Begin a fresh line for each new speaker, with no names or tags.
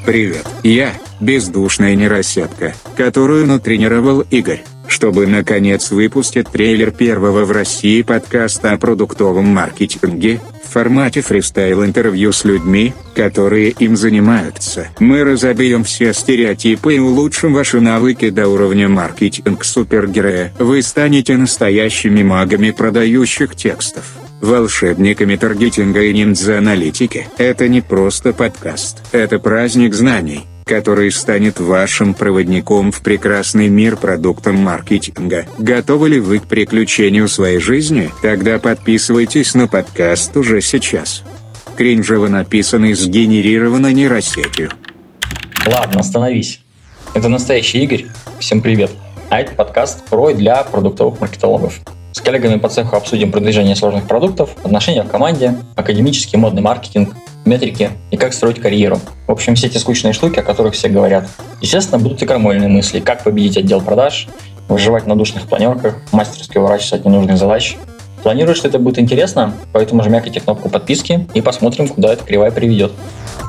Привет, я – бездушная нейросетка, которую натренировал Игорь, чтобы наконец выпустить трейлер первого в России подкаста о продуктовом маркетинге, в формате фристайл-интервью с людьми, которые им занимаются. Мы разобьем все стереотипы и улучшим ваши навыки до уровня маркетинг-супергероя. Вы станете настоящими магами продающих текстов, волшебниками таргетинга и ниндзя-аналитики. Это не просто подкаст. Это праздник знаний, который станет вашим проводником в прекрасный мир продуктов маркетинга. Готовы ли вы к приключению своей жизни? Тогда подписывайтесь на подкаст уже сейчас. Кринжево написанный, сгенерированной нейросетью.
Ладно, остановись. Это настоящий Игорь. Всем привет. А это подкаст про и для продуктовых маркетологов. С коллегами по цеху обсудим продвижение сложных продуктов, отношения в команде, академический модный маркетинг, метрики и как строить карьеру. В общем, все эти скучные штуки, о которых все говорят. Естественно, будут и крамольные мысли, как победить отдел продаж, выживать на душных планерках, мастерски уворачиваться от ненужных задач. Планирую, что это будет интересно, поэтому жмякайте кнопку подписки и посмотрим, куда эта кривая приведет.